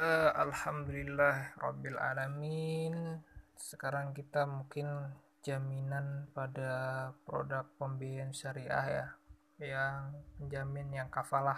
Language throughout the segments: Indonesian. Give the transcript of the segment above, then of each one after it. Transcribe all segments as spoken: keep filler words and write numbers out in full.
Eh, Alhamdulillah Rabbil Alamin. Sekarang kita mungkin jaminan pada produk pembiayaan syariah ya, yang penjamin yang kafalah.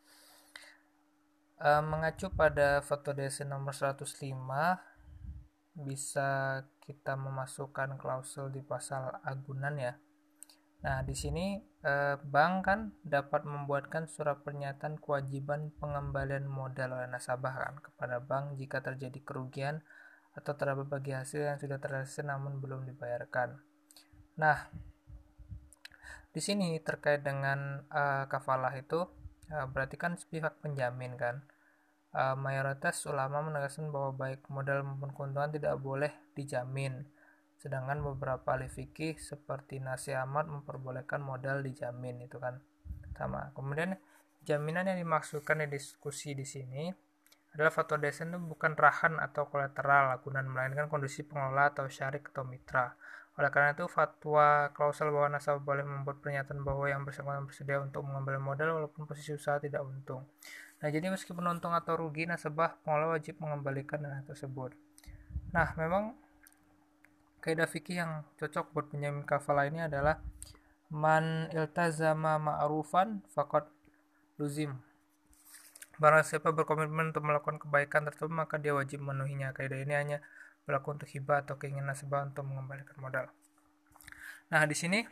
Eh, mengacu pada foto D S nomor seratus lima, bisa kita memasukkan klausul di pasal agunan ya. Nah, di sini eh, bank kan dapat membuatkan surat pernyataan kewajiban pengembalian modal oleh nasabah kan kepada bank jika terjadi kerugian atau terdapat bagi hasil yang sudah terrealisasi namun belum dibayarkan. Nah, di sini terkait dengan uh, kafalah itu uh, berarti kan pihak penjamin kan. Uh, mayoritas ulama menegaskan bahwa baik modal maupun keuntungan tidak boleh dijamin. Sedangkan beberapa ahli fikih seperti Nasi Ahmad memperbolehkan modal dijamin itu kan sama. Kemudian jaminan yang dimaksudkan di diskusi di sini adalah fatwa desen itu bukan rahan atau kolateral agunan melainkan kondisi pengelola atau syarik atau mitra. Oleh karena itu, fatwa klausul bahwa nasabah boleh membuat pernyataan bahwa yang bersangkutan bersedia untuk mengambil modal walaupun posisi usaha tidak untung. Nah, jadi meskipun untung atau rugi, nasabah pengelola wajib mengembalikan dana tersebut. Nah, memang kaidah fikih yang cocok buat penjamin kafalah ini adalah man iltazama ma'rufan faqad luzim. Barang siapa berkomitmen untuk melakukan kebaikan tersebut, maka dia wajib memenuhinya. Kaidah ini hanya berlaku untuk hibah atau keinginan nasabah untuk mengembalikan modal. Nah, di sini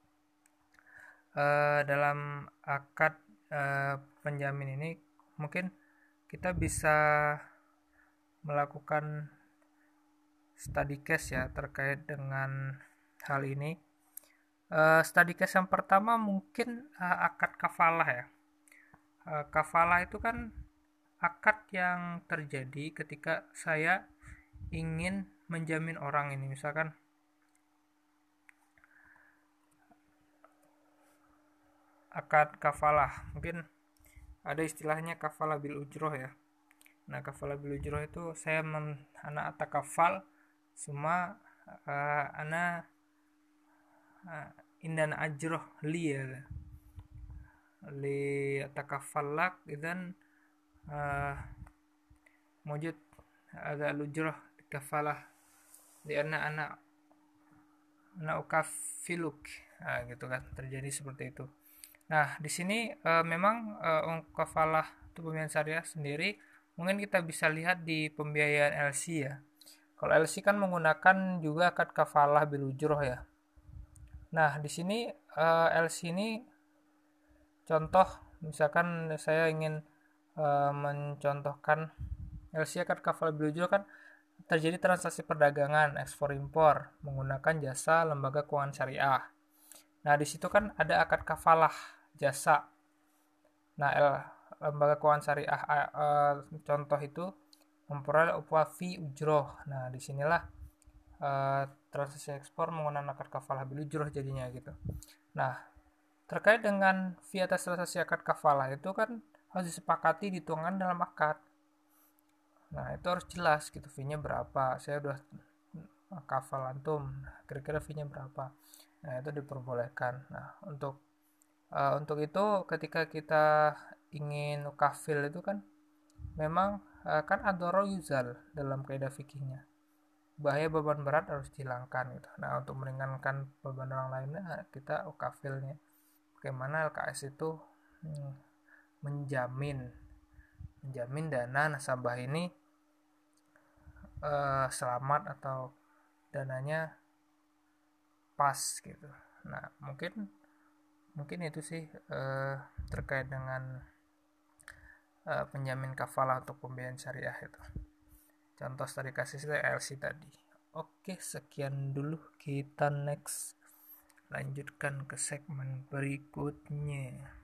uh, dalam akad uh, penjamin ini mungkin kita bisa melakukan study case ya terkait dengan hal ini. Uh, study case yang pertama mungkin uh, akad kafalah ya. Uh, kafalah itu kan akad yang terjadi ketika saya ingin menjamin orang ini, misalkan akad kafalah, mungkin ada istilahnya kafalah bil ujroh ya. Nah, kafalah bil ujroh itu saya men, anak atakafal semua uh, anak uh, indan ajroh li ya li atakafalak dan uh, mujud ada ujroh kafalah di anak-anak anak ukafiluk, nah, gitu kan terjadi seperti itu. Nah, di sini e, memang e, kafalah atau pembiayaan syariah sendiri mungkin kita bisa lihat di pembiayaan L C ya. Kalau L C kan menggunakan juga akad kafalah bil ujroh ya. Nah, di sini e, L C ini contoh misalkan saya ingin e, mencontohkan L C akad kafalah bil ujroh kan terjadi transaksi perdagangan ekspor impor menggunakan jasa lembaga keuangan syariah. Nah, di situ kan ada akad kafalah jasa. Nah, lembaga keuangan syariah e, contoh itu memperoleh upah fee ujroh. Nah, disinilah e, transaksi ekspor menggunakan akad kafalah bil ujroh jadinya gitu. Nah, terkait dengan fee atas transaksi akad kafalah itu kan harus disepakati dituangkan dalam akad. Nah, itu harus jelas gitu fee-nya berapa. Saya udah kafal antum, kira-kira fee-nya berapa. Nah, itu diperbolehkan. Nah, untuk uh, untuk itu ketika kita ingin kafil itu kan memang uh, kan adoro yuzal dalam kaidah fikihnya. Bahaya beban berat harus dihilangkan gitu. Nah, untuk meringankan beban orang lainnya kita ukafilnya. Bagaimana L K S itu hmm, menjamin menjamin dana nasabah ini uh, selamat atau dananya pas gitu. Nah, mungkin mungkin itu sih uh, terkait dengan uh, penjamin kafalah untuk pembiayaan syariah itu. Contoh tadi kasih saya L C tadi. Oke, sekian dulu, kita next lanjutkan ke segmen berikutnya.